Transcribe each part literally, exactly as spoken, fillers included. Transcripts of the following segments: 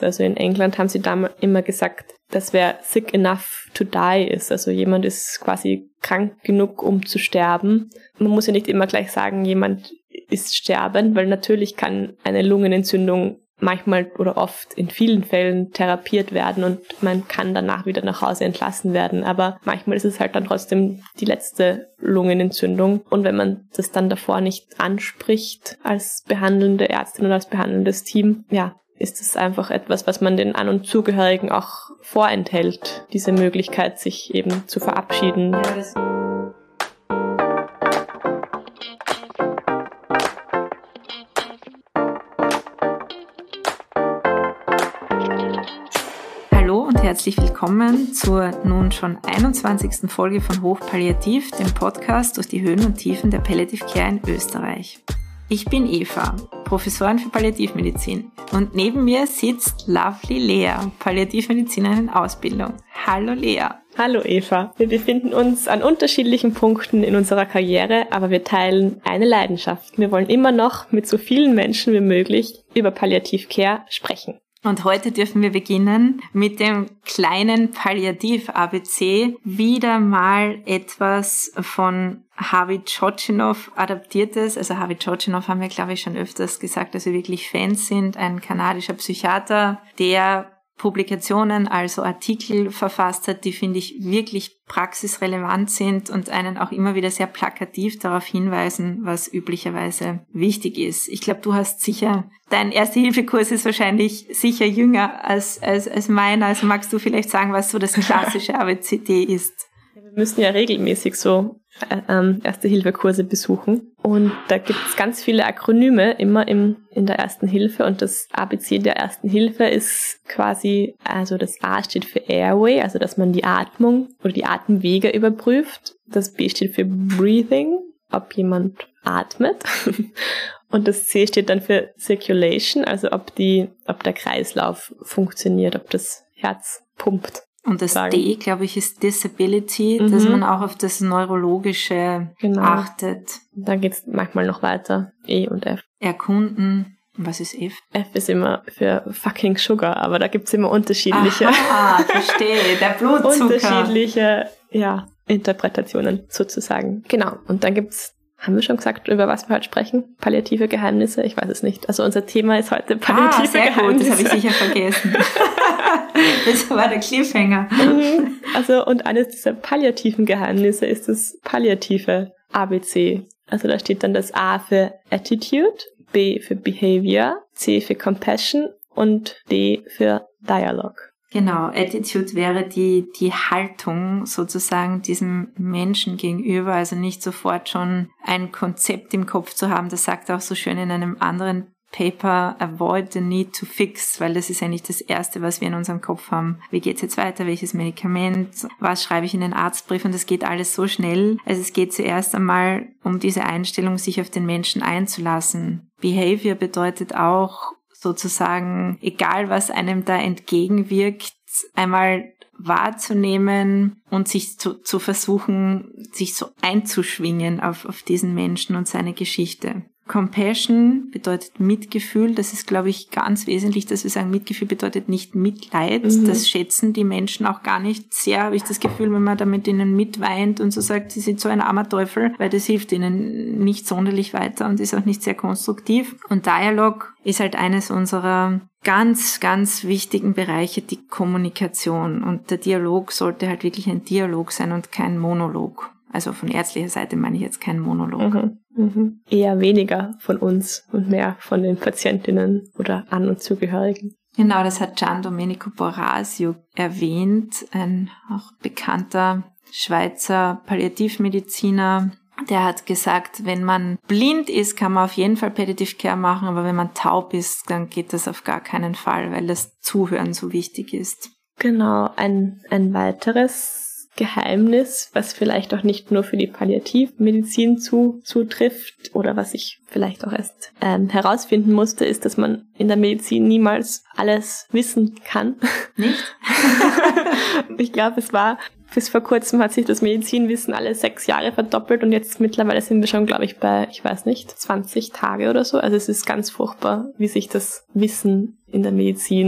Also in England haben sie damals immer gesagt, dass wer sick enough to die ist. Also jemand ist quasi krank genug, um zu sterben. Man muss ja nicht immer gleich sagen, jemand ist sterbend, weil natürlich kann eine Lungenentzündung manchmal oder oft in vielen Fällen therapiert werden und man kann danach wieder nach Hause entlassen werden. Aber manchmal ist es halt dann trotzdem die letzte Lungenentzündung. Und wenn man das dann davor nicht anspricht als behandelnde Ärztin oder als behandelndes Team, ja, ist es einfach etwas, was man den An- und Zugehörigen auch vorenthält, diese Möglichkeit, sich eben zu verabschieden. Ja, das Hallo und herzlich willkommen zur nun schon einundzwanzigsten Folge von Hochpalliativ, dem Podcast durch die Höhen und Tiefen der Palliative Care in Österreich. Ich bin Eva, Professorin für Palliativmedizin und neben mir sitzt Lovely Lea, Palliativmedizinerin in Ausbildung. Hallo Lea. Hallo Eva. Wir befinden uns an unterschiedlichen Punkten in unserer Karriere, aber wir teilen eine Leidenschaft. Wir wollen immer noch mit so vielen Menschen wie möglich über Palliative Care sprechen. Und heute dürfen wir beginnen mit dem kleinen Palliativ-A B C. Wieder mal etwas von Harvey Tchotchinow adaptiertes. Also Harvey Tchotchinow haben wir, glaube ich, schon öfters gesagt, dass wir wirklich Fans sind. Ein kanadischer Psychiater, der Publikationen, also Artikel verfasst hat, die, finde ich, wirklich praxisrelevant sind und einen auch immer wieder sehr plakativ darauf hinweisen, was üblicherweise wichtig ist. Ich glaube, du hast sicher, dein Erste-Hilfe-Kurs ist wahrscheinlich sicher jünger als, als, als meiner. Also magst du vielleicht sagen, was so das klassische A B C D ist? Wir müssen ja regelmäßig so äh, ähm, Erste-Hilfe-Kurse besuchen und da gibt es ganz viele Akronyme immer im, in der Ersten Hilfe und das A B C der Ersten Hilfe ist quasi, also das A steht für Airway, also dass man die Atmung oder die Atemwege überprüft. Das B steht für Breathing, ob jemand atmet. Und das C steht dann für Circulation, also ob die, ob der Kreislauf funktioniert, ob das Herz pumpt. Und das sagen. D, glaube ich, ist Disability, Mhm. dass man auch auf das Neurologische Genau. achtet. Dann geht's manchmal noch weiter. E und F. Erkunden. Was ist F? F ist immer für fucking Sugar, aber da gibt's immer unterschiedliche, Ah, verstehe. Der Blutzucker. unterschiedliche, ja, Interpretationen sozusagen. Genau. Und dann gibt's, haben wir schon gesagt, über was wir heute sprechen? Palliative Geheimnisse? Ich weiß es nicht. Also unser Thema ist heute palliative ah, sehr Geheimnisse. gut. Das habe ich sicher vergessen. Das war der Cliffhanger. Also, und eines dieser palliativen Geheimnisse ist das palliative A B C. Also da steht dann das A für Attitude, B für Behavior, C für Compassion und D für Dialogue. Genau, Attitude wäre die, die Haltung sozusagen diesem Menschen gegenüber, also nicht sofort schon ein Konzept im Kopf zu haben. Das sagt er auch so schön in einem anderen Paper, avoid the need to fix, weil das ist eigentlich das Erste, was wir in unserem Kopf haben. Wie geht's jetzt weiter? Welches Medikament? Was schreibe ich in den Arztbrief? Und das geht alles so schnell. Also es geht zuerst einmal um diese Einstellung, sich auf den Menschen einzulassen. Behavior bedeutet auch sozusagen, egal was einem da entgegenwirkt, einmal wahrzunehmen und sich zu, zu versuchen, sich so einzuschwingen auf, auf diesen Menschen und seine Geschichte. Compassion bedeutet Mitgefühl. Das ist, glaube ich, ganz wesentlich, dass wir sagen, Mitgefühl bedeutet nicht Mitleid. Mhm. Das schätzen die Menschen auch gar nicht sehr, habe ich das Gefühl, wenn man da mit ihnen mitweint und so sagt, sie sind so ein armer Teufel, weil das hilft ihnen nicht sonderlich weiter und ist auch nicht sehr konstruktiv. Und Dialog ist halt eines unserer ganz, ganz wichtigen Bereiche, die Kommunikation. Und der Dialog sollte halt wirklich ein Dialog sein und kein Monolog. Also von ärztlicher Seite meine ich jetzt kein Monolog. Mhm. Mhm. Eher weniger von uns und mehr von den Patientinnen oder An- und Zugehörigen. Genau, das hat Gian Domenico Borasio erwähnt, ein auch bekannter Schweizer Palliativmediziner. Der hat gesagt, wenn man blind ist, kann man auf jeden Fall Palliative Care machen, aber wenn man taub ist, dann geht das auf gar keinen Fall, weil das Zuhören so wichtig ist. Genau, ein, ein weiteres Geheimnis, was vielleicht auch nicht nur für die Palliativmedizin zu, zutrifft oder was ich vielleicht auch erst ähm, herausfinden musste, ist, dass man in der Medizin niemals alles wissen kann. Nicht? Ich glaube, es war, bis vor kurzem hat sich das Medizinwissen alle sechs Jahre verdoppelt und jetzt mittlerweile sind wir schon, glaube ich, bei, ich weiß nicht, zwanzig Tage oder so. Also es ist ganz furchtbar, wie sich das Wissen in der Medizin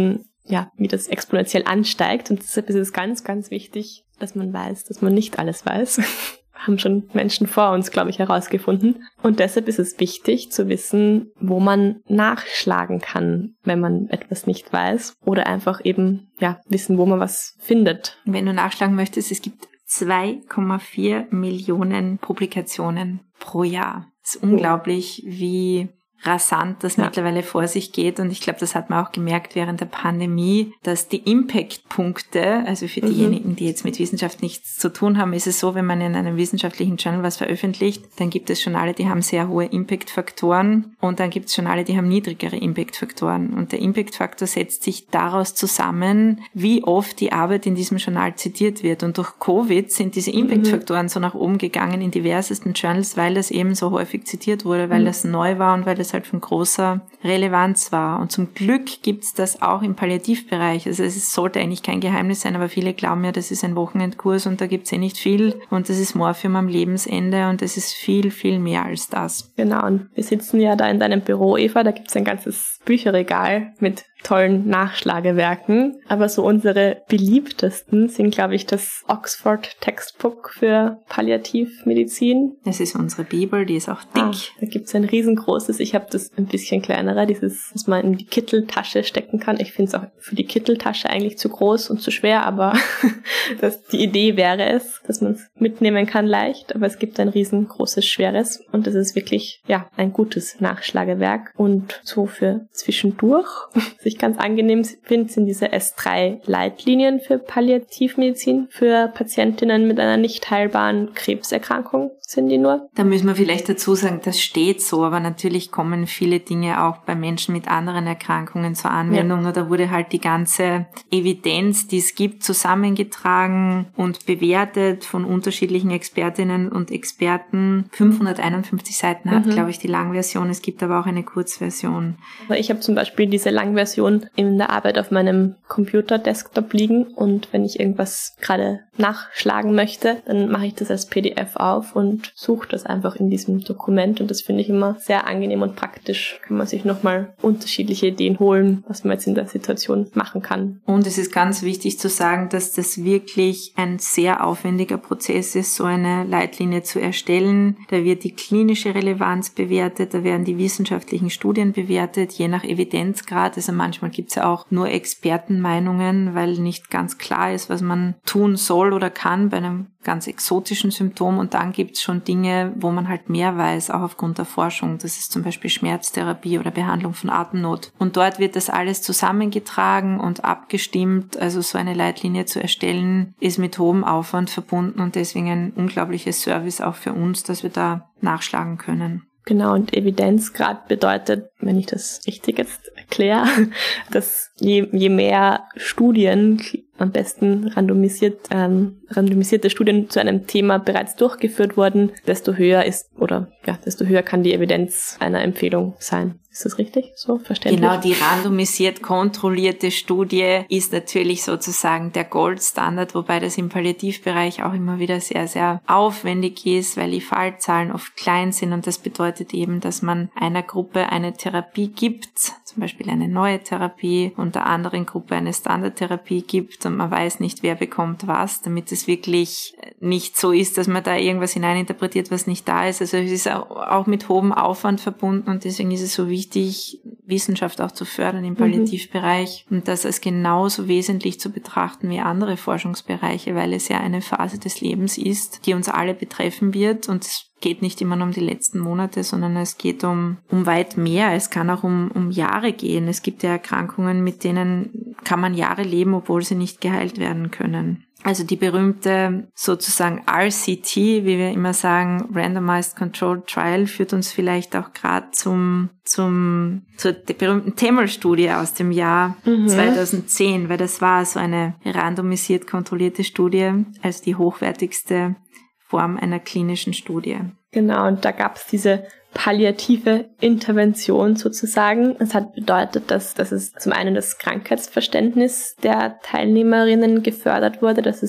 ja, wie das exponentiell ansteigt. Und deshalb ist es ganz, ganz wichtig, dass man weiß, dass man nicht alles weiß. Haben schon Menschen vor uns, glaube ich, herausgefunden. Und deshalb ist es wichtig zu wissen, wo man nachschlagen kann, wenn man etwas nicht weiß. Oder einfach eben, ja, wissen, wo man was findet. Wenn du nachschlagen möchtest, es gibt zwei Komma vier Millionen Publikationen pro Jahr. Das ist unglaublich, wie rasant das ja. mittlerweile vor sich geht. Und ich glaube, das hat man auch gemerkt während der Pandemie, dass die Impact-Punkte, also für mhm. diejenigen, die jetzt mit Wissenschaft nichts zu tun haben, ist es so, wenn man in einem wissenschaftlichen Journal was veröffentlicht, dann gibt es Journale, die haben sehr hohe Impact-Faktoren und dann gibt es Journale, die haben niedrigere Impact-Faktoren. Und der Impact-Faktor setzt sich daraus zusammen, wie oft die Arbeit in diesem Journal zitiert wird. Und durch Covid sind diese Impact-Faktoren mhm. so nach oben gegangen in diversesten Journals, weil das eben so häufig zitiert wurde, weil mhm. das neu war und weil das halt von großer Relevanz war. Und zum Glück gibt's das auch im Palliativbereich. Also es sollte eigentlich kein Geheimnis sein, aber viele glauben ja, das ist ein Wochenendkurs und da gibt's eh nicht viel und das ist Morphium am Lebensende und es ist viel, viel mehr als das. Genau, und wir sitzen ja da in deinem Büro, Eva, da gibt's ein ganzes Bücherregal mit tollen Nachschlagewerken. Aber so unsere beliebtesten sind, glaube ich, das Oxford Textbook für Palliativmedizin. Das ist unsere Bibel, die ist auch dick. Ah, da gibt's ein riesengroßes. Ich habe das ein bisschen kleinere, dieses, was man in die Kitteltasche stecken kann. Ich finde es auch für die Kitteltasche eigentlich zu groß und zu schwer, aber das, die Idee wäre es, dass man es mitnehmen kann leicht. Aber es gibt ein riesengroßes, schweres und das ist wirklich, ja, ein gutes Nachschlagewerk. Und so für zwischendurch, was ich ganz angenehm finde, sind diese S drei Leitlinien für Palliativmedizin für Patientinnen mit einer nicht heilbaren Krebserkrankung. Sind die nur? Da müssen wir vielleicht dazu sagen, das steht so, aber natürlich kommen viele Dinge auch bei Menschen mit anderen Erkrankungen zur Anwendung. Ja. Da wurde halt die ganze Evidenz, die es gibt, zusammengetragen und bewertet von unterschiedlichen Expertinnen und Experten. fünfhunderteinundfünfzig Seiten hat, mhm. glaube ich, die Langversion. Es gibt aber auch eine Kurzversion. Ich habe zum Beispiel diese Langversion in der Arbeit auf meinem Computer-Desktop liegen und wenn ich irgendwas gerade nachschlagen möchte, dann mache ich das als P D F auf und suche das einfach in diesem Dokument und das finde ich immer sehr angenehm und praktisch. Kann man sich nochmal unterschiedliche Ideen holen, was man jetzt in der Situation machen kann. Und es ist ganz wichtig zu sagen, dass das wirklich ein sehr aufwendiger Prozess ist, so eine Leitlinie zu erstellen. Da wird die klinische Relevanz bewertet, da werden die wissenschaftlichen Studien bewertet, je nach Evidenzgrad. Also manchmal gibt es ja auch nur Expertenmeinungen, weil nicht ganz klar ist, was man tun soll oder kann bei einem ganz exotischen Symptom. Und dann gibt es schon Dinge, wo man halt mehr weiß, auch aufgrund der Forschung. Das ist zum Beispiel Schmerztherapie oder Behandlung von Atemnot. Und dort wird das alles zusammengetragen und abgestimmt. Also so eine Leitlinie zu erstellen, ist mit hohem Aufwand verbunden und deswegen ein unglaubliches Service auch für uns, dass wir da nachschlagen können. Genau, und Evidenzgrad bedeutet, wenn ich das richtig jetzt erkläre, dass je, je mehr Studien, am besten randomisiert, ähm, randomisierte Studien zu einem Thema bereits durchgeführt wurden, desto höher ist, oder ja, desto höher kann die Evidenz einer Empfehlung sein. Ist das richtig so verständlich? Genau, die randomisiert kontrollierte Studie ist natürlich sozusagen der Goldstandard, wobei das im Palliativbereich auch immer wieder sehr, sehr aufwendig ist, weil die Fallzahlen oft klein sind und das bedeutet eben, dass man einer Gruppe eine Therapie gibt, zum Beispiel eine neue Therapie und der anderen Gruppe eine Standardtherapie gibt und man weiß nicht, wer bekommt was, damit es wirklich nicht so ist, dass man da irgendwas hineininterpretiert, was nicht da ist. Also es ist auch mit hohem Aufwand verbunden und deswegen ist es so wichtig, wichtig, Wissenschaft auch zu fördern im Palliativbereich mhm. und das als genauso wesentlich zu betrachten wie andere Forschungsbereiche, weil es ja eine Phase des Lebens ist, die uns alle betreffen wird und es geht nicht immer nur um die letzten Monate, sondern es geht um, um weit mehr. Es kann auch um, um Jahre gehen. Es gibt ja Erkrankungen, mit denen kann man Jahre leben, obwohl sie nicht geheilt werden können. Also die berühmte sozusagen R C T, wie wir immer sagen, Randomized Controlled Trial, führt uns vielleicht auch gerade zum zum zur der berühmten Temmel-Studie aus dem Jahr mhm. zweitausendzehn, weil das war so eine randomisiert kontrollierte Studie als die hochwertigste Form einer klinischen Studie. Genau, und da gab es diese palliative Intervention sozusagen. Es hat bedeutet, dass, dass es zum einen das Krankheitsverständnis der Teilnehmerinnen gefördert wurde, dass es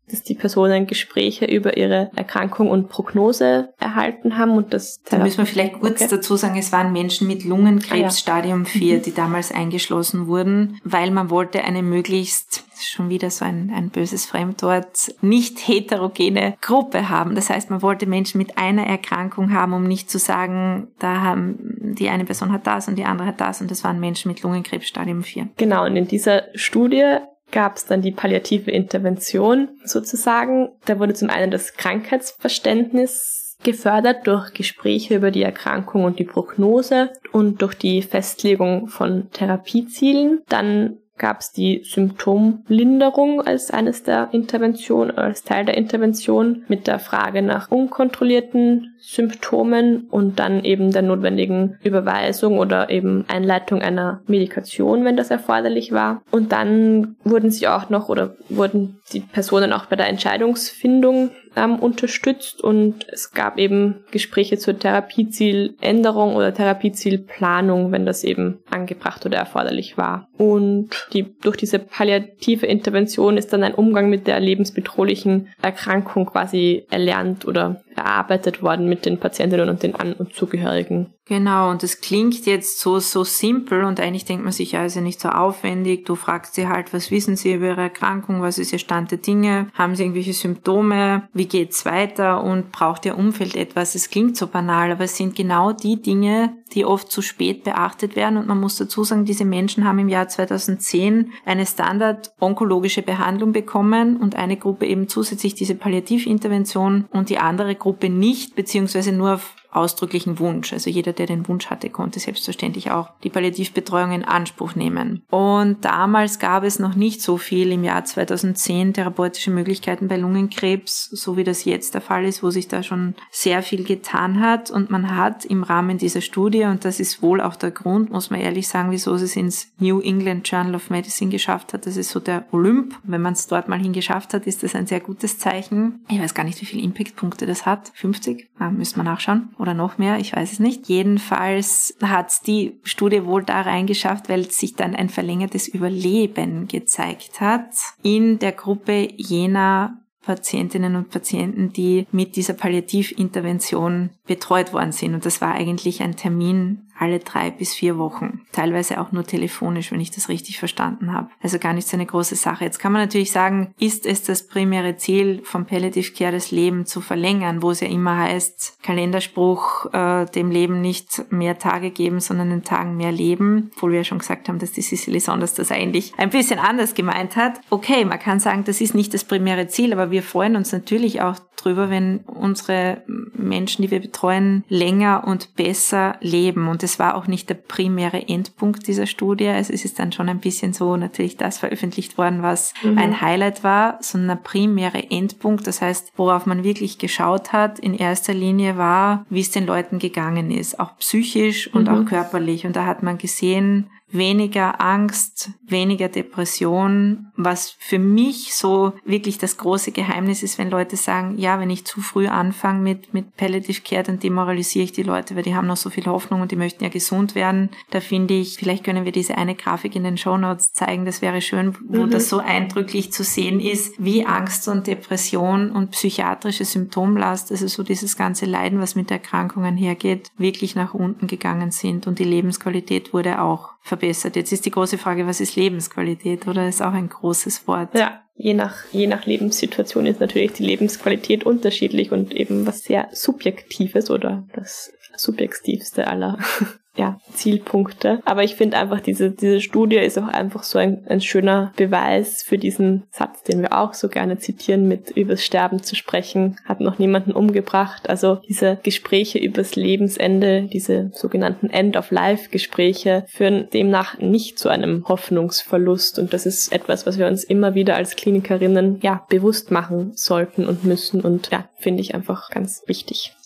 dass die Personen Gespräche über ihre Erkrankung und Prognose erhalten haben und das. Da müssen wir vielleicht kurz okay. dazu sagen, es waren Menschen mit Lungenkrebs Stadium vier, die damals eingeschlossen wurden, weil man wollte eine möglichst, schon wieder so ein, ein böses Fremdwort, nicht heterogene Gruppe haben. Das heißt, man wollte Menschen mit einer Erkrankung haben, um nicht zu sagen, da haben die eine Person hat das und die andere hat das und das waren Menschen mit Lungenkrebs Stadium vier. Genau, und in dieser Studie gab es dann die palliative Intervention sozusagen. Da wurde zum einen das Krankheitsverständnis gefördert durch Gespräche über die Erkrankung und die Prognose und durch die Festlegung von Therapiezielen. Dann gab es die Symptomlinderung als eines der Interventionen, als Teil der Intervention mit der Frage nach unkontrollierten Symptomen und dann eben der notwendigen Überweisung oder eben Einleitung einer Medikation, wenn das erforderlich war. Und dann wurden sie auch noch oder wurden die Personen auch bei der Entscheidungsfindung ähm, unterstützt und es gab eben Gespräche zur Therapiezieländerung oder Therapiezielplanung, wenn das eben angebracht oder erforderlich war. Und die, durch diese palliative Intervention ist dann ein Umgang mit der lebensbedrohlichen Erkrankung quasi erlernt oder erarbeitet worden mit den Patientinnen und den An- und Zugehörigen. Genau, und das klingt jetzt so so simpel und eigentlich denkt man sich, ja, ist ja nicht so aufwendig. Du fragst sie halt, was wissen sie über ihre Erkrankung, was ist ihr Stand der Dinge, haben sie irgendwelche Symptome, wie geht's weiter und braucht ihr Umfeld etwas? Es klingt so banal, aber es sind genau die Dinge, die oft zu spät beachtet werden und man muss dazu sagen, diese Menschen haben im Jahr zweitausendzehn eine Standard-onkologische Behandlung bekommen und eine Gruppe eben zusätzlich diese Palliativintervention und die andere Gruppe nicht, beziehungsweise nur auf ausdrücklichen Wunsch. Also jeder, der den Wunsch hatte, konnte selbstverständlich auch die Palliativbetreuung in Anspruch nehmen. Und damals gab es noch nicht so viel im Jahr zweitausendzehn therapeutische Möglichkeiten bei Lungenkrebs, so wie das jetzt der Fall ist, wo sich da schon sehr viel getan hat. Und man hat im Rahmen dieser Studie, und das ist wohl auch der Grund, muss man ehrlich sagen, wieso es ins New England Journal of Medicine geschafft hat. Das ist so der Olymp. Wenn man es dort mal hingeschafft hat, ist das ein sehr gutes Zeichen. Ich weiß gar nicht, wie viele Impact-Punkte das hat. fünfzig? Ah, müssen wir nachschauen. Oder noch mehr, ich weiß es nicht. Jedenfalls hat die Studie wohl da reingeschafft, weil sich dann ein verlängertes Überleben gezeigt hat in der Gruppe jener Patientinnen und Patienten, die mit dieser Palliativintervention betreut worden sind. Und das war eigentlich ein Termin alle drei bis vier Wochen. Teilweise auch nur telefonisch, wenn ich das richtig verstanden habe. Also gar nicht so eine große Sache. Jetzt kann man natürlich sagen, ist es das primäre Ziel vom Palliative Care, das Leben zu verlängern, wo es ja immer heißt, Kalenderspruch, äh, dem Leben nicht mehr Tage geben, sondern den Tagen mehr leben. Obwohl wir ja schon gesagt haben, dass die Cicely Saunders das eigentlich ein bisschen anders gemeint hat. Okay, man kann sagen, das ist nicht das primäre Ziel, aber wir freuen uns natürlich auch drüber, wenn unsere Menschen, die wir betreuen, länger und besser leben. Und es war auch nicht der primäre Endpunkt dieser Studie. Also es ist dann schon ein bisschen so natürlich das veröffentlicht worden, was mhm. ein Highlight war, sondern der primäre Endpunkt. Das heißt, worauf man wirklich geschaut hat, in erster Linie war, wie es den Leuten gegangen ist, auch psychisch und mhm. auch körperlich. Und da hat man gesehen, weniger Angst, weniger Depression, was für mich so wirklich das große Geheimnis ist, wenn Leute sagen, ja, wenn ich zu früh anfange mit mit Palliative Care, dann demoralisiere ich die Leute, weil die haben noch so viel Hoffnung und die möchten ja gesund werden. Da finde ich, vielleicht können wir diese eine Grafik in den Shownotes zeigen, das wäre schön, wo mhm. das so eindrücklich zu sehen ist, wie Angst und Depression und psychiatrische Symptomlast, also so dieses ganze Leiden, was mit Erkrankungen hergeht, wirklich nach unten gegangen sind und die Lebensqualität wurde auch verbessert. Jetzt ist die große Frage, was ist Lebensqualität, oder? Ist auch ein großes Wort. Ja, je nach, je nach Lebenssituation ist natürlich die Lebensqualität unterschiedlich und eben was sehr Subjektives oder das subjektivste aller ja, Zielpunkte. Aber ich finde einfach, diese, diese Studie ist auch einfach so ein, ein schöner Beweis für diesen Satz, den wir auch so gerne zitieren, mit übers Sterben zu sprechen, hat noch niemanden umgebracht. Also diese Gespräche übers Lebensende, diese sogenannten End-of-Life-Gespräche führen demnach nicht zu einem Hoffnungsverlust. Und das ist etwas, was wir uns immer wieder als Klinikerinnen ja bewusst machen sollten und müssen. Und ja, finde ich einfach ganz wichtig.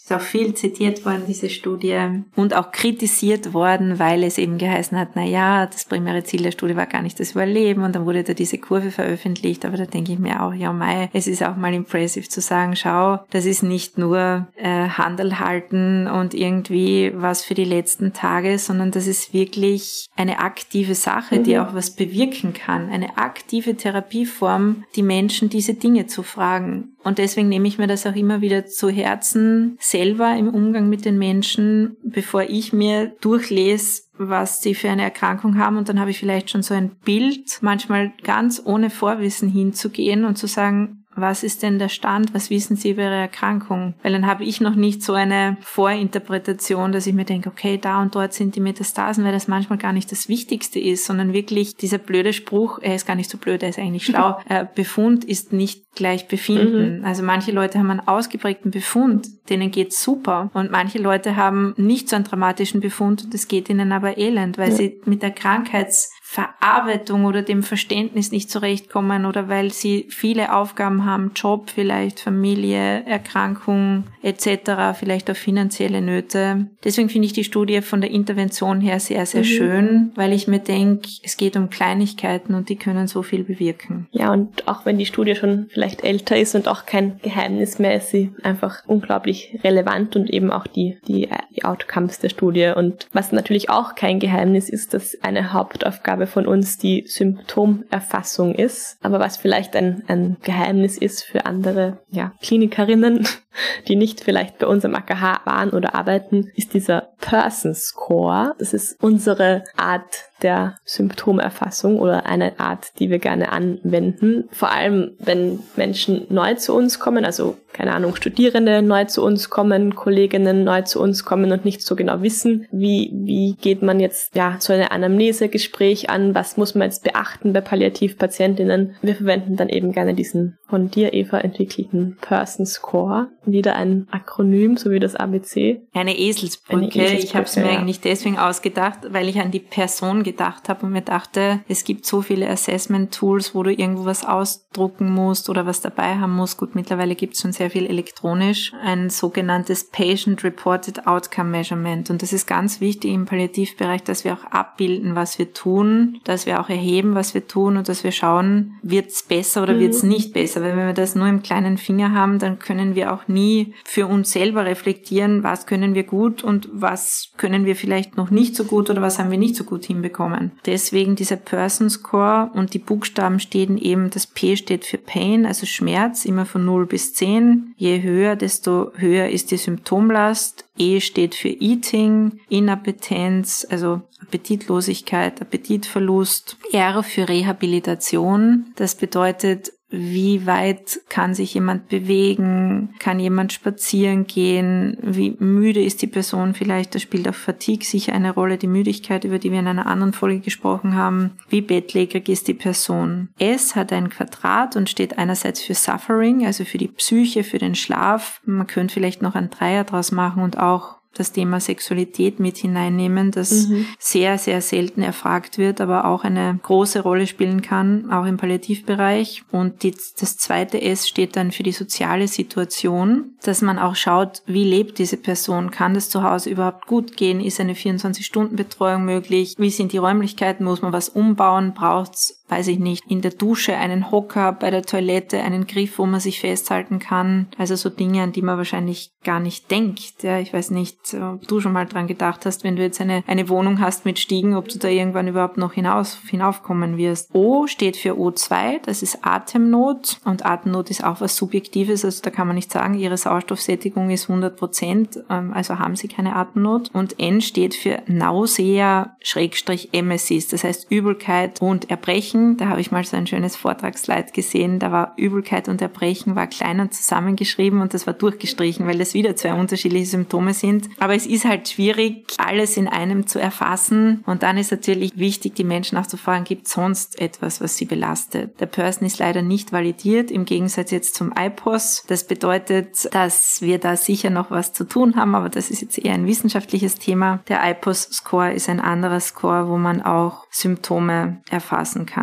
Ist auch viel zitiert worden, diese Studie, und auch kritisiert worden, weil es eben geheißen hat, na ja, das primäre Ziel der Studie war gar nicht das Überleben, und dann wurde da diese Kurve veröffentlicht, aber da denke ich mir auch, ja mei, es ist auch mal impressive zu sagen, schau, das ist nicht nur äh, Handel halten und irgendwie was für die letzten Tage, sondern das ist wirklich eine aktive Sache, mhm. die auch was bewirken kann, eine aktive Therapieform, die Menschen diese Dinge zu fragen. Und deswegen nehme ich mir das auch immer wieder zu Herzen, selber im Umgang mit den Menschen, bevor ich mir durchlese, was sie für eine Erkrankung haben. Und dann habe ich vielleicht schon so ein Bild, manchmal ganz ohne Vorwissen hinzugehen und zu sagen, was ist denn der Stand? Was wissen Sie über Ihre Erkrankung? Weil dann habe ich noch nicht so eine Vorinterpretation, dass ich mir denke, okay, da und dort sind die Metastasen, weil das manchmal gar nicht das Wichtigste ist, sondern wirklich dieser blöde Spruch, er ist gar nicht so blöd, er ist eigentlich schlau, äh, Befund ist nicht gleich Befinden. Mhm. Also manche Leute haben einen ausgeprägten Befund, denen geht's super. Und manche Leute haben nicht so einen dramatischen Befund und es geht ihnen aber elend, weil ja. sie mit der Krankheitsverarbeitung oder dem Verständnis nicht zurechtkommen oder weil sie viele Aufgaben haben, Job vielleicht, Familie, Erkrankung et cetera, vielleicht auch finanzielle Nöte. Deswegen finde ich die Studie von der Intervention her sehr, sehr mhm. schön, weil ich mir denke, es geht um Kleinigkeiten und die können so viel bewirken. Ja, und auch wenn die Studie schon vielleicht älter ist und auch kein Geheimnis mehr, ist sie einfach unglaublich relevant und eben auch die, die, die Outcomes der Studie. Und was natürlich auch kein Geheimnis ist, dass eine Hauptaufgabe von uns die Symptomerfassung ist. Aber was vielleicht ein, ein Geheimnis ist für andere ja, Klinikerinnen, die nicht vielleicht bei uns am A K H waren oder arbeiten, ist dieser Person Score. Das ist unsere Art der Symptomerfassung oder eine Art, die wir gerne anwenden. Vor allem, wenn Menschen neu zu uns kommen, also keine Ahnung, Studierende neu zu uns kommen, Kolleginnen neu zu uns kommen und nicht so genau wissen, wie wie geht man jetzt ja so eine Anamnesegespräch an, was muss man jetzt beachten bei Palliativpatientinnen. Wir verwenden dann eben gerne diesen von dir, Eva, entwickelten Person Score. Wieder ein Akronym, so wie das A B C. Eine Eselsbrücke. Eine Eselsbrücke ich habe es mir ja. eigentlich deswegen ausgedacht, weil ich an die Person gedacht habe und mir dachte, es gibt so viele Assessment-Tools, wo du irgendwo was ausdrucken musst oder was dabei haben musst. Gut, mittlerweile gibt es schon sehr viel elektronisch. Ein sogenanntes Patient-Reported Outcome Measurement. Und das ist ganz wichtig im Palliativbereich, dass wir auch abbilden, was wir tun, dass wir auch erheben, was wir tun und dass wir schauen, wird es besser oder mhm. wird es nicht besser. Weil wenn wir das nur im kleinen Finger haben, dann können wir auch nie für uns selber reflektieren, was können wir gut und was können wir vielleicht noch nicht so gut oder was haben wir nicht so gut hinbekommen. Deswegen dieser Person Score und die Buchstaben stehen eben, das P steht für Pain, also Schmerz, immer von null bis zehn. Je höher, desto höher ist die Symptomlast. E steht für Eating, Inappetenz, also Appetitlosigkeit, Appetitverlust. R für Rehabilitation, das bedeutet, wie weit kann sich jemand bewegen? Kann jemand spazieren gehen? Wie müde ist die Person vielleicht? Da spielt auch Fatigue sicher eine Rolle, die Müdigkeit, über die wir in einer anderen Folge gesprochen haben. Wie bettlägerig ist die Person? S hat ein Quadrat und steht einerseits für Suffering, also für die Psyche, für den Schlaf. Man könnte vielleicht noch ein Dreier draus machen und auch das Thema Sexualität mit hineinnehmen, das mhm. sehr, sehr selten erfragt wird, aber auch eine große Rolle spielen kann, auch im Palliativbereich. Und die, das zweite S steht dann für die soziale Situation, dass man auch schaut, wie lebt diese Person? Kann das zu Hause überhaupt gut gehen? Ist eine vierundzwanzig-Stunden-Betreuung möglich? Wie sind die Räumlichkeiten? Muss man was umbauen? Braucht's, weiß ich nicht, in der Dusche einen Hocker, bei der Toilette einen Griff, wo man sich festhalten kann? Also so Dinge, an die man wahrscheinlich gar nicht denkt. Ja, ich weiß nicht, ob du schon mal dran gedacht hast, wenn du jetzt eine, eine Wohnung hast mit Stiegen, ob du da irgendwann überhaupt noch hinaus, hinaufkommen wirst. O steht für O zwei, das ist Atemnot und Atemnot ist auch was Subjektives, also da kann man nicht sagen, ihre Sauerstoffsättigung ist hundert Prozent, also haben sie keine Atemnot. Und N steht für Nausea Schrägstrich Emesis, das heißt Übelkeit und Erbrechen. Da habe ich mal so ein schönes Vortragsslide gesehen, da war Übelkeit und Erbrechen, war klein und zusammengeschrieben und das war durchgestrichen, weil das wieder zwei unterschiedliche Symptome sind. Aber es ist halt schwierig, alles in einem zu erfassen. Und dann ist natürlich wichtig, die Menschen auch zu fragen, gibt es sonst etwas, was sie belastet? Der Person ist leider nicht validiert, im Gegensatz jetzt zum I P O S. Das bedeutet, dass wir da sicher noch was zu tun haben, aber das ist jetzt eher ein wissenschaftliches Thema. Der I P O S-Score ist ein anderer Score, wo man auch Symptome erfassen kann.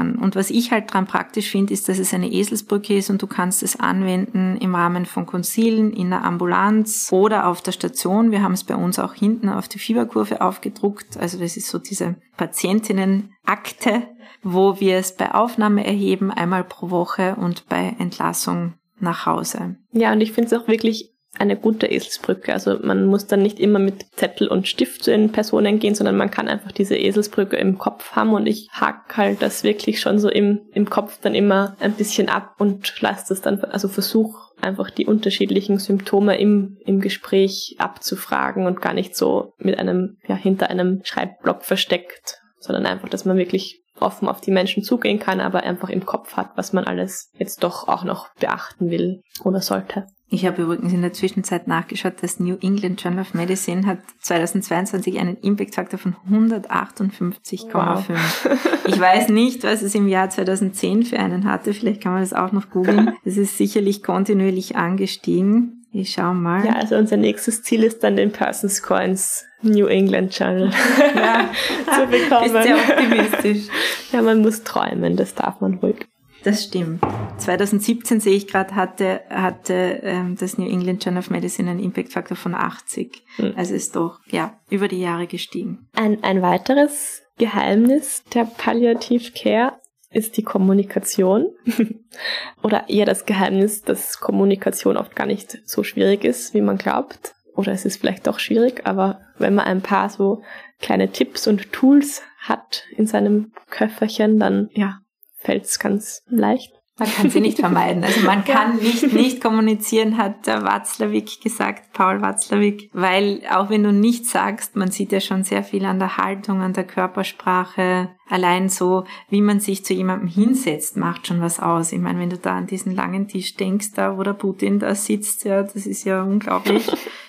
kann. Und was ich halt dran praktisch finde, ist, dass es eine Eselsbrücke ist und du kannst es anwenden im Rahmen von Konzilien, in der Ambulanz oder auf der Station. Wir haben es bei uns auch hinten auf die Fieberkurve aufgedruckt. Also das ist so diese Patientinnenakte, wo wir es bei Aufnahme erheben, einmal pro Woche und bei Entlassung nach Hause. Ja, und ich finde es auch wirklich eine gute Eselsbrücke. Also man muss dann nicht immer mit Zettel und Stift zu den Personen gehen, sondern man kann einfach diese Eselsbrücke im Kopf haben und ich hake halt das wirklich schon so im, im Kopf dann immer ein bisschen ab und lasse das dann, also versuche einfach die unterschiedlichen Symptome im, im Gespräch abzufragen und gar nicht so mit einem, ja, hinter einem Schreibblock versteckt, sondern einfach, dass man wirklich offen auf die Menschen zugehen kann, aber einfach im Kopf hat, was man alles jetzt doch auch noch beachten will oder sollte. Ich habe übrigens in der Zwischenzeit nachgeschaut, das New England Journal of Medicine hat zweitausendzweiundzwanzig einen Impact-Faktor von hundertachtundfünfzig Komma fünf. Wow. Ich weiß nicht, was es im Jahr zweitausendzehn für einen hatte. Vielleicht kann man das auch noch googeln. Es ist sicherlich kontinuierlich angestiegen. Ich schau mal. Ja, also unser nächstes Ziel ist dann den Person Score ins New England Journal ja. zu bekommen. Bist sehr optimistisch. Ja, man muss träumen, das darf man ruhig. Das stimmt. zweitausendsiebzehn sehe ich gerade, hatte, hatte ähm, das New England Journal of Medicine einen Impact-Faktor von achtzig. Mhm. Also ist doch, ja, über die Jahre gestiegen. Ein, ein weiteres Geheimnis der Palliative Care ist die Kommunikation. Oder eher das Geheimnis, dass Kommunikation oft gar nicht so schwierig ist, wie man glaubt. Oder es ist vielleicht doch schwierig, aber wenn man ein paar so kleine Tipps und Tools hat in seinem Köfferchen, dann, ja, fällt es ganz leicht. Man kann sie nicht vermeiden. Also man kann nicht nicht kommunizieren, hat der Watzlawick gesagt, Paul Watzlawick, weil auch wenn du nichts sagst, man sieht ja schon sehr viel an der Haltung, an der Körpersprache, allein so, wie man sich zu jemandem hinsetzt, macht schon was aus. Ich meine, wenn du da an diesen langen Tisch denkst, da wo der Putin da sitzt, ja, das ist ja unglaublich.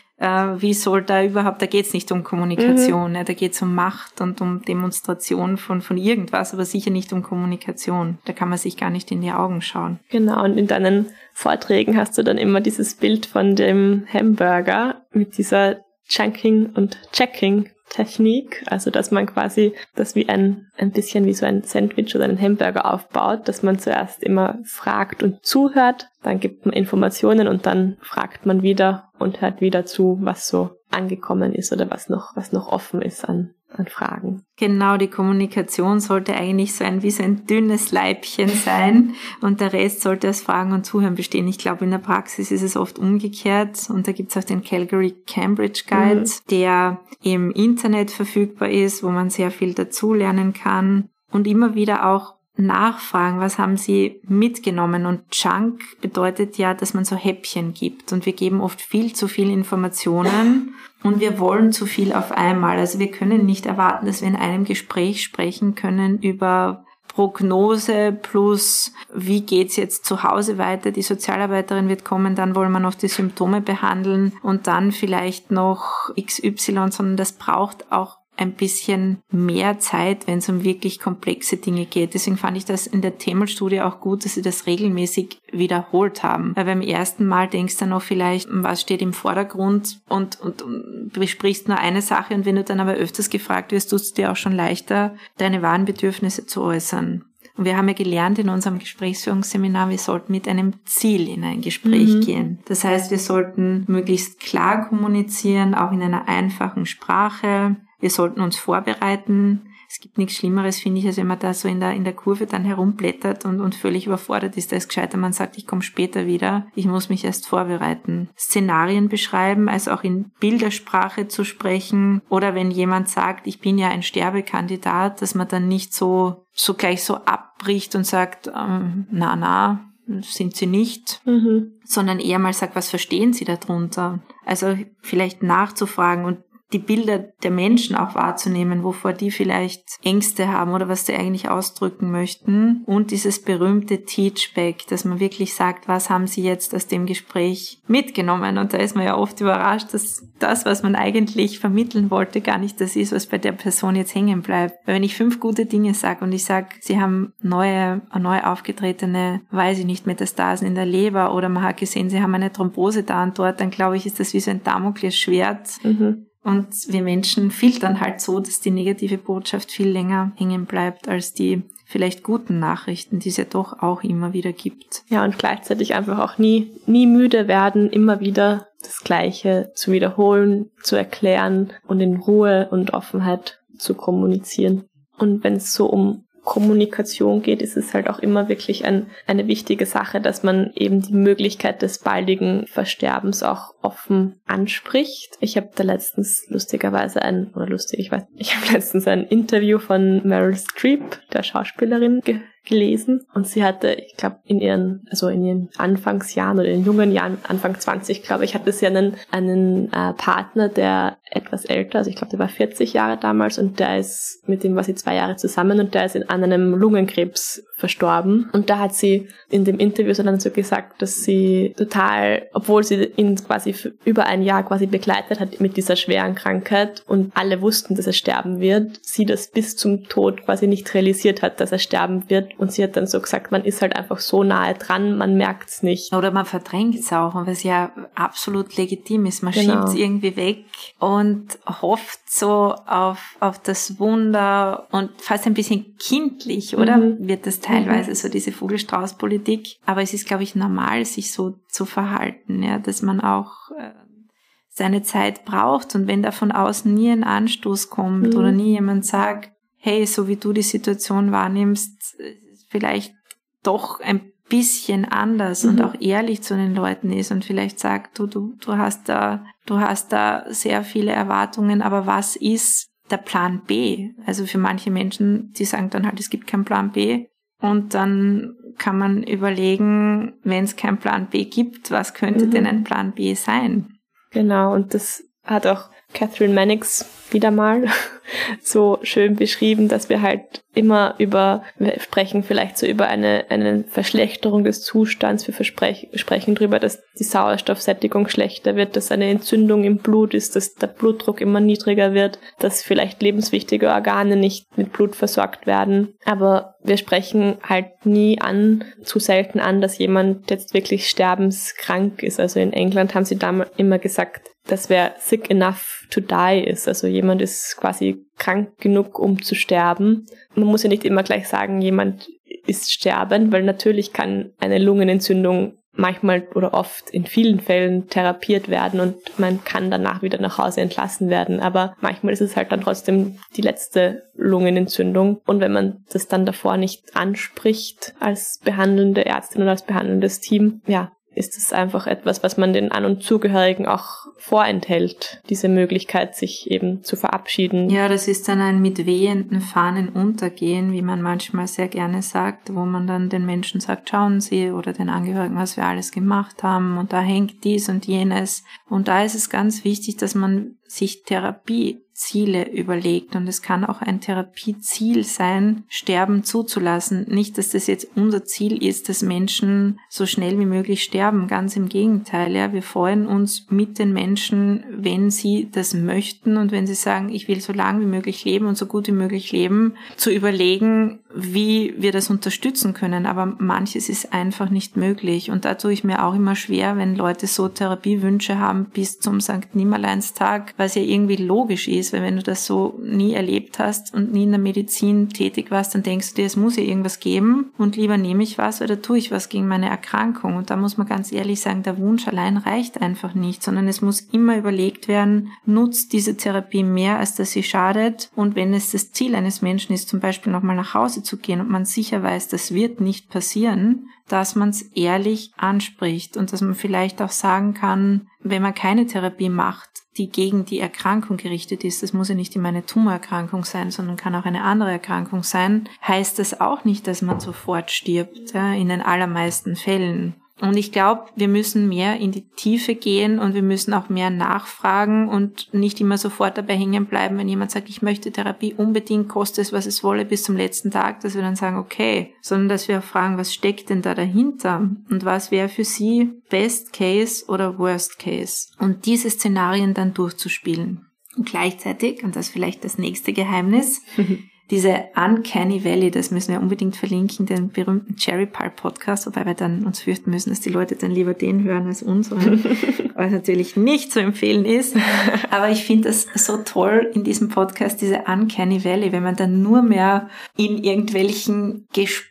Wie soll da überhaupt, da geht's nicht um Kommunikation, mhm. ne? Da geht's um Macht und um Demonstration von von irgendwas, aber sicher nicht um Kommunikation. Da kann man sich gar nicht in die Augen schauen. Genau, und in deinen Vorträgen hast du dann immer dieses Bild von dem Hamburger mit dieser Chunking- und Checking-Technik, also dass man quasi das wie ein ein bisschen wie so ein Sandwich oder einen Hamburger aufbaut, dass man zuerst immer fragt und zuhört, dann gibt man Informationen und dann fragt man wieder und hört wieder zu, was so angekommen ist oder was noch was noch offen ist an an Fragen. Genau, die Kommunikation sollte eigentlich so ein wie so ein dünnes Leibchen sein und der Rest sollte aus Fragen und Zuhören bestehen. Ich glaube, in der Praxis ist es oft umgekehrt und da gibt es auch den Calgary Cambridge Guide, mhm. der im Internet verfügbar ist, wo man sehr viel dazulernen kann und immer wieder auch nachfragen, was haben Sie mitgenommen? Und Chunk bedeutet ja, dass man so Häppchen gibt und wir geben oft viel zu viel Informationen und wir wollen zu viel auf einmal. Also wir können nicht erwarten, dass wir in einem Gespräch sprechen können über Prognose plus wie geht's jetzt zu Hause weiter, die Sozialarbeiterin wird kommen, dann wollen wir noch die Symptome behandeln und dann vielleicht noch X Y, sondern das braucht auch ein bisschen mehr Zeit, wenn es um wirklich komplexe Dinge geht. Deswegen fand ich das in der Themel-Studie auch gut, dass sie das regelmäßig wiederholt haben. Weil beim ersten Mal denkst du noch vielleicht, was steht im Vordergrund und, und, und besprichst nur eine Sache und wenn du dann aber öfters gefragt wirst, tust du dir auch schon leichter, deine wahren Bedürfnisse zu äußern. Und wir haben ja gelernt in unserem Gesprächsführungsseminar, wir sollten mit einem Ziel in ein Gespräch mhm. gehen. Das heißt, wir sollten möglichst klar kommunizieren, auch in einer einfachen Sprache. Wir sollten uns vorbereiten. Es gibt nichts Schlimmeres, finde ich, als wenn man da so in der in der Kurve dann herumblättert und, und völlig überfordert ist. Da ist gescheiter, man sagt, ich komme später wieder, ich muss mich erst vorbereiten. Szenarien beschreiben, also auch in Bildersprache zu sprechen. Oder wenn jemand sagt, ich bin ja ein Sterbekandidat, dass man dann nicht so, so gleich so abbricht und sagt, ähm, na, na, sind sie nicht, mhm. sondern eher mal sagt, was verstehen sie darunter? Also vielleicht nachzufragen und die Bilder der Menschen auch wahrzunehmen, wovor die vielleicht Ängste haben oder was sie eigentlich ausdrücken möchten. Und dieses berühmte Teachback, dass man wirklich sagt, was haben sie jetzt aus dem Gespräch mitgenommen? Und da ist man ja oft überrascht, dass das, was man eigentlich vermitteln wollte, gar nicht das ist, was bei der Person jetzt hängen bleibt. Weil wenn ich fünf gute Dinge sage und ich sage, sie haben neue, neu aufgetretene, weiß ich nicht, Metastasen in der Leber oder man hat gesehen, sie haben eine Thrombose da und dort, dann glaube ich, ist das wie so ein Damoklesschwert. Mhm. Und wir Menschen filtern halt so, dass die negative Botschaft viel länger hängen bleibt als die vielleicht guten Nachrichten, die es ja doch auch immer wieder gibt. Ja, und gleichzeitig einfach auch nie, nie müde werden, immer wieder das Gleiche zu wiederholen, zu erklären und in Ruhe und Offenheit zu kommunizieren. Und wenn es so um Kommunikation geht, ist es halt auch immer wirklich ein, eine wichtige Sache, dass man eben die Möglichkeit des baldigen Versterbens auch offen anspricht. Ich habe da letztens lustigerweise ein, oder lustig, ich weiß, ich habe letztens ein Interview von Meryl Streep, der Schauspielerin, ge- gelesen und sie hatte, ich glaube, in ihren, also in ihren Anfangsjahren oder in jungen Jahren, Anfang zwanzig, glaube ich, hatte sie einen, einen äh, Partner, der etwas älter, also ich glaube, der war vierzig Jahre damals und der ist, mit dem war sie zwei Jahre zusammen und der ist in, an einem Lungenkrebs verstorben. Und da hat sie in dem Interview so dann so gesagt, dass sie total, obwohl sie ihn quasi für über ein Jahr quasi begleitet hat mit dieser schweren Krankheit und alle wussten, dass er sterben wird, sie das bis zum Tod quasi nicht realisiert hat, dass er sterben wird. Und sie hat dann so gesagt, man ist halt einfach so nahe dran, man merkt es nicht. Oder man verdrängt es auch, was ja absolut legitim ist. Man Genau. schiebt es irgendwie weg und hofft so auf, auf das Wunder und fast ein bisschen kindlich, oder? Mhm. Wird das teilweise mhm. so diese Vogelstrauß-Politik. Aber es ist, glaube ich, normal, sich so zu verhalten, ja, dass man auch äh, seine Zeit braucht und wenn da von außen nie ein Anstoß kommt mhm. oder nie jemand sagt, hey, so wie du die Situation wahrnimmst, vielleicht doch ein bisschen anders mhm. und auch ehrlich zu den Leuten ist und vielleicht sagt, du, du, du hast da, du hast da sehr viele Erwartungen, aber was ist der Plan B? Also für manche Menschen, die sagen dann halt, es gibt keinen Plan B und dann kann man überlegen, wenn es keinen Plan B gibt, was könnte mhm. denn ein Plan B sein? Genau, und das hat auch Catherine Mannix wieder mal so schön beschrieben, dass wir halt immer über, wir sprechen vielleicht so über eine, eine Verschlechterung des Zustands, wir versprech, sprechen darüber, dass die Sauerstoffsättigung schlechter wird, dass eine Entzündung im Blut ist, dass der Blutdruck immer niedriger wird, dass vielleicht lebenswichtige Organe nicht mit Blut versorgt werden. Aber wir sprechen halt nie an, zu selten an, dass jemand jetzt wirklich sterbenskrank ist. Also in England haben sie damals immer gesagt, dass wer sick enough to die ist. Also jemand ist quasi krank genug, um zu sterben. Man muss ja nicht immer gleich sagen, jemand ist sterbend, weil natürlich kann eine Lungenentzündung manchmal oder oft in vielen Fällen therapiert werden und man kann danach wieder nach Hause entlassen werden. Aber manchmal ist es halt dann trotzdem die letzte Lungenentzündung. Und wenn man das dann davor nicht anspricht als behandelnde Ärztin oder als behandelndes Team, ja, ist es einfach etwas, was man den An- und Zugehörigen auch vorenthält, diese Möglichkeit, sich eben zu verabschieden. Ja, das ist dann ein mit wehenden Fahnen untergehen, wie man manchmal sehr gerne sagt, wo man dann den Menschen sagt, schauen Sie, oder den Angehörigen, was wir alles gemacht haben und da hängt dies und jenes. Und da ist es ganz wichtig, dass man sich Therapieziele überlegt und es kann auch ein Therapieziel sein, Sterben zuzulassen. Nicht, dass das jetzt unser Ziel ist, dass Menschen so schnell wie möglich sterben. Ganz im Gegenteil. Ja, wir freuen uns mit den Menschen, wenn sie das möchten und wenn sie sagen, ich will so lang wie möglich leben und so gut wie möglich leben, zu überlegen, wie wir das unterstützen können. Aber manches ist einfach nicht möglich und da tue ich mir auch immer schwer, wenn Leute so Therapiewünsche haben bis zum Sankt Nimmerleinstag, was ja irgendwie logisch ist, weil wenn du das so nie erlebt hast und nie in der Medizin tätig warst, dann denkst du dir, es muss ja irgendwas geben und lieber nehme ich was oder tue ich was gegen meine Erkrankung. Und da muss man ganz ehrlich sagen, der Wunsch allein reicht einfach nicht, sondern es muss immer überlegt werden, nutzt diese Therapie mehr, als dass sie schadet. Und wenn es das Ziel eines Menschen ist, zum Beispiel nochmal nach Hause zu gehen und man sicher weiß, das wird nicht passieren, dass man es ehrlich anspricht und dass man vielleicht auch sagen kann, wenn man keine Therapie macht, die gegen die Erkrankung gerichtet ist, das muss ja nicht immer eine Tumorerkrankung sein, sondern kann auch eine andere Erkrankung sein, heißt das auch nicht, dass man sofort stirbt, ja, in den allermeisten Fällen. Und ich glaube, wir müssen mehr in die Tiefe gehen und wir müssen auch mehr nachfragen und nicht immer sofort dabei hängen bleiben, wenn jemand sagt, ich möchte Therapie unbedingt, koste es, was es wolle, bis zum letzten Tag, dass wir dann sagen, okay, sondern dass wir auch fragen, was steckt denn da dahinter und was wäre für Sie Best Case oder Worst Case und diese Szenarien dann durchzuspielen. Und gleichzeitig, und das ist vielleicht das nächste Geheimnis, diese Uncanny Valley, das müssen wir unbedingt verlinken, den berühmten Cherry Pie Podcast, wobei wir dann uns fürchten müssen, dass die Leute dann lieber den hören als unseren. was natürlich nicht zu empfehlen ist. Aber ich finde das so toll in diesem Podcast, diese Uncanny Valley, wenn man dann nur mehr in irgendwelchen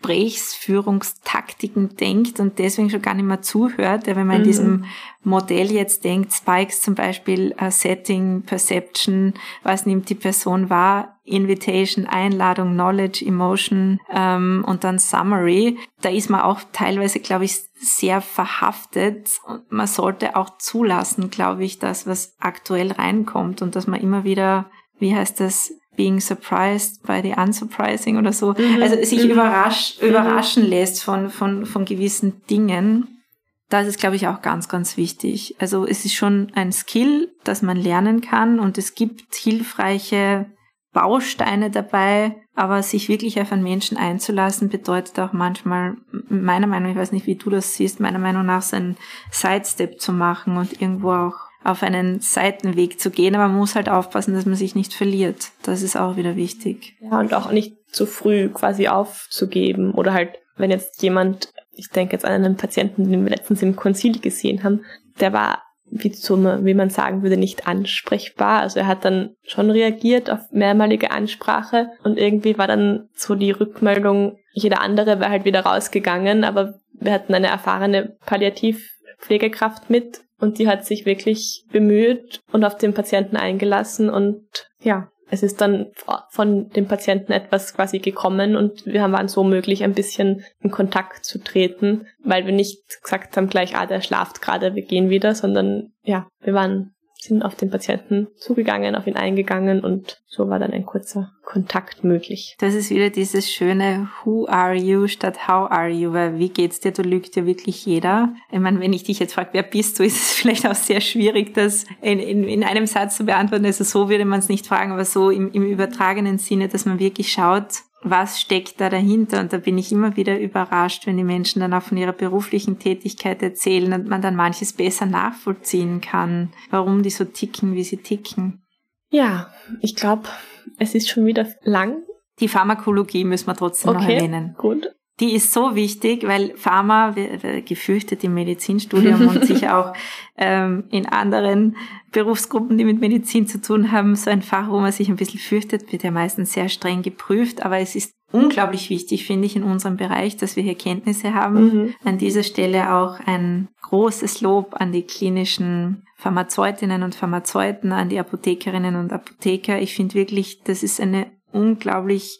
Gesprächsführungstaktiken denkt und deswegen schon gar nicht mehr zuhört. Ja, wenn man mhm. in diesem Modell jetzt denkt, Spikes zum Beispiel, uh, Setting, Perception, was nimmt die Person wahr, Invitation, Einladung, Knowledge, Emotion ähm, und dann Summary. Da ist man auch teilweise, glaube ich, sehr verhaftet und man sollte auch zulassen, glaube ich, das, was aktuell reinkommt und dass man immer wieder, wie heißt das, being surprised by the unsurprising oder so, mhm. also sich mhm. überrasch, mhm. überraschen lässt von, von, von gewissen Dingen. Das ist, glaube ich, auch ganz, ganz wichtig. Also es ist schon ein Skill, das man lernen kann und es gibt hilfreiche Bausteine dabei, aber sich wirklich auf einen Menschen einzulassen, bedeutet auch manchmal, meiner Meinung nach, ich weiß nicht, wie du das siehst, meiner Meinung nach so einen Sidestep zu machen und irgendwo auch auf einen Seitenweg zu gehen, aber man muss halt aufpassen, dass man sich nicht verliert. Das ist auch wieder wichtig. Ja, und auch nicht zu früh quasi aufzugeben oder halt, wenn jetzt jemand, ich denke jetzt an einen Patienten, den wir letztens im Konzil gesehen haben, der war, wie, zum, wie man sagen würde, nicht ansprechbar. Also er hat dann schon reagiert auf mehrmalige Ansprache und irgendwie war dann so die Rückmeldung, jeder andere wäre halt wieder rausgegangen, aber wir hatten eine erfahrene Palliativpflegekraft mit und die hat sich wirklich bemüht und auf den Patienten eingelassen und ja, es ist dann von dem Patienten etwas quasi gekommen und wir waren so möglich, ein bisschen in Kontakt zu treten, weil wir nicht gesagt haben gleich, ah, der schlaft gerade, wir gehen wieder, sondern ja, wir waren, sind auf den Patienten zugegangen, auf ihn eingegangen und so war dann ein kurzer Kontakt möglich. Das ist wieder dieses schöne Who are you statt How are you, weil wie geht's dir, du lügt ja wirklich jeder. Ich meine, wenn ich dich jetzt frage, wer bist du, ist es vielleicht auch sehr schwierig, das in, in, in einem Satz zu beantworten. Also so würde man es nicht fragen, aber so im, im übertragenen Sinne, dass man wirklich schaut, was steckt da dahinter? Und da bin ich immer wieder überrascht, wenn die Menschen dann auch von ihrer beruflichen Tätigkeit erzählen und man dann manches besser nachvollziehen kann, warum die so ticken, wie sie ticken. Ja, ich glaube, es ist schon wieder lang. Die Pharmakologie müssen wir trotzdem okay, noch erwähnen. Gut. Die ist so wichtig, weil Pharma, gefürchtet im Medizinstudium und sich auch ähm, in anderen Berufsgruppen, die mit Medizin zu tun haben, so ein Fach, wo man sich ein bisschen fürchtet, wird ja meistens sehr streng geprüft. Aber es ist unglaublich wichtig, finde ich, in unserem Bereich, dass wir hier Kenntnisse haben. Mhm. An dieser Stelle auch ein großes Lob an die klinischen Pharmazeutinnen und Pharmazeuten, an die Apothekerinnen und Apotheker. Ich finde wirklich, das ist eine unglaublich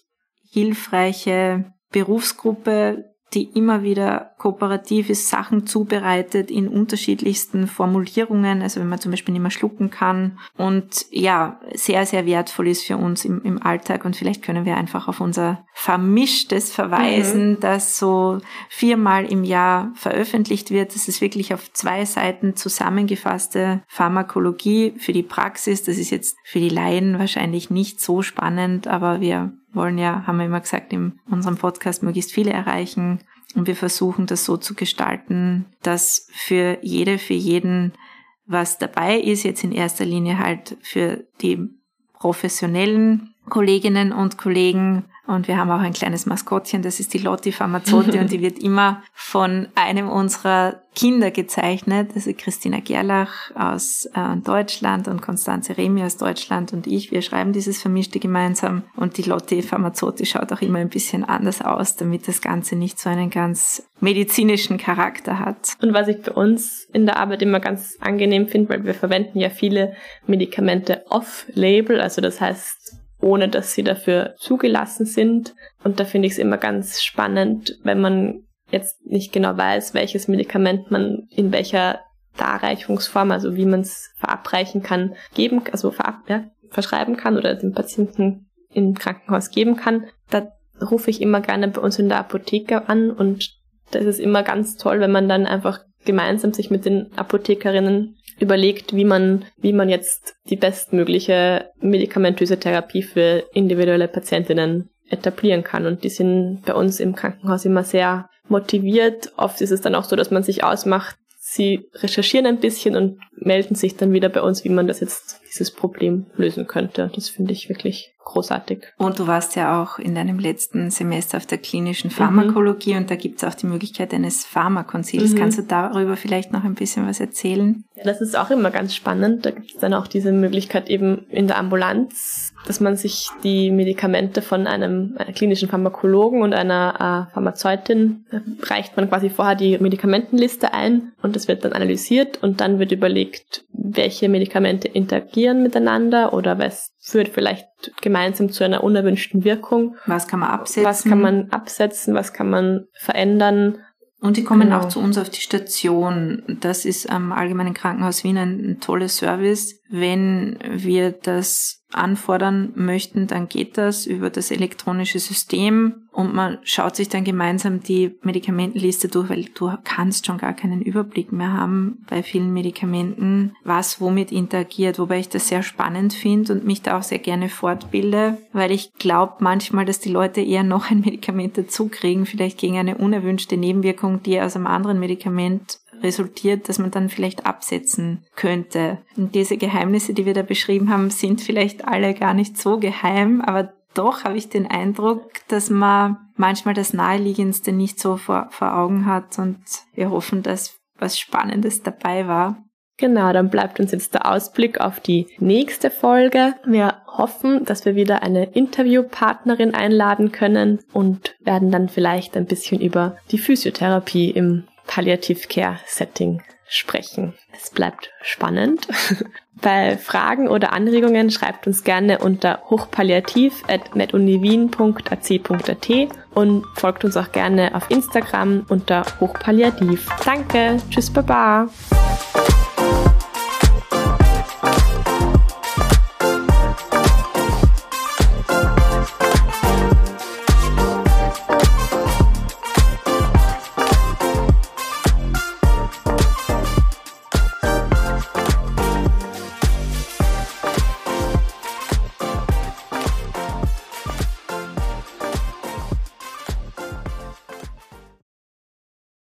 hilfreiche Berufsgruppe, die immer wieder kooperative Sachen zubereitet in unterschiedlichsten Formulierungen, also wenn man zum Beispiel nicht mehr schlucken kann und ja, sehr, sehr wertvoll ist für uns im, im Alltag und vielleicht können wir einfach auf unser Vermischtes verweisen, mhm. das so viermal im Jahr veröffentlicht wird. Das ist wirklich auf zwei Seiten zusammengefasste Pharmakologie für die Praxis. Das ist jetzt für die Laien wahrscheinlich nicht so spannend, aber wir wollen ja, haben wir immer gesagt, in unserem Podcast möglichst viele erreichen und wir versuchen das so zu gestalten, dass für jede, für jeden was dabei ist, jetzt in erster Linie halt für die professionellen Kolleginnen und Kollegen. Und wir haben auch ein kleines Maskottchen, das ist die Lotti Pharmazote und die wird immer von einem unserer Kinder gezeichnet. Also Christina Gerlach aus äh, Deutschland und Konstanze Remi aus Deutschland und ich. Wir schreiben dieses Vermischte gemeinsam und die Lotti Pharmazote schaut auch immer ein bisschen anders aus, damit das Ganze nicht so einen ganz medizinischen Charakter hat. Und was ich für uns in der Arbeit immer ganz angenehm finde, weil wir verwenden ja viele Medikamente off-label, also das heißt, ohne dass sie dafür zugelassen sind. Und da finde ich es immer ganz spannend, wenn man jetzt nicht genau weiß, welches Medikament man in welcher Darreichungsform, also wie man es verabreichen kann, geben, also verab, ja, verschreiben kann oder dem Patienten im Krankenhaus geben kann. Da rufe ich immer gerne bei uns in der Apotheke an und das ist immer ganz toll, wenn man dann einfach gemeinsam sich mit den Apothekerinnen überlegt, wie man, wie man jetzt die bestmögliche medikamentöse Therapie für individuelle Patientinnen etablieren kann. Und die sind bei uns im Krankenhaus immer sehr motiviert. Oft ist es dann auch so, dass man sich ausmacht, sie recherchieren ein bisschen und melden sich dann wieder bei uns, wie man das jetzt, dieses Problem lösen könnte. Das finde ich wirklich großartig. Und du warst ja auch in deinem letzten Semester auf der klinischen Pharmakologie, mhm. und da gibt es auch die Möglichkeit eines Pharmakonsils. Mhm. Kannst du darüber vielleicht noch ein bisschen was erzählen? Ja, das ist auch immer ganz spannend. Da gibt es dann auch diese Möglichkeit eben in der Ambulanz, dass man sich die Medikamente von einem, einer klinischen Pharmakologen und einer äh, Pharmazeutin, äh, reicht man quasi vorher die Medikamentenliste ein und das wird dann analysiert und dann wird überlegt, welche Medikamente interagieren miteinander oder was führt vielleicht gemeinsam zu einer unerwünschten Wirkung. Was kann man absetzen? Was kann man absetzen, was kann man verändern? Und die kommen genau. auch zu uns auf die Station. Das ist am Allgemeinen Krankenhaus Wien ein, ein tolles Service. Wenn wir das anfordern möchten, dann geht das über das elektronische System und man schaut sich dann gemeinsam die Medikamentenliste durch, weil du kannst schon gar keinen Überblick mehr haben bei vielen Medikamenten, was womit interagiert, wobei ich das sehr spannend finde und mich da auch sehr gerne fortbilde, weil ich glaube manchmal, dass die Leute eher noch ein Medikament dazu kriegen, vielleicht gegen eine unerwünschte Nebenwirkung, die aus einem anderen Medikament resultiert, dass man dann vielleicht absetzen könnte. Und diese Geheimnisse, die wir da beschrieben haben, sind vielleicht alle gar nicht so geheim, aber doch habe ich den Eindruck, dass man manchmal das Naheliegendste nicht so vor, vor Augen hat und wir hoffen, dass was Spannendes dabei war. Genau, dann bleibt uns jetzt der Ausblick auf die nächste Folge. Wir hoffen, dass wir wieder eine Interviewpartnerin einladen können und werden dann vielleicht ein bisschen über die Physiotherapie im Palliative Care Setting sprechen. Es bleibt spannend. Bei Fragen oder Anregungen schreibt uns gerne unter hochpalliativ at meduniwien punkt a c punkt a t und folgt uns auch gerne auf Instagram unter hochpalliativ. Danke, tschüss, baba.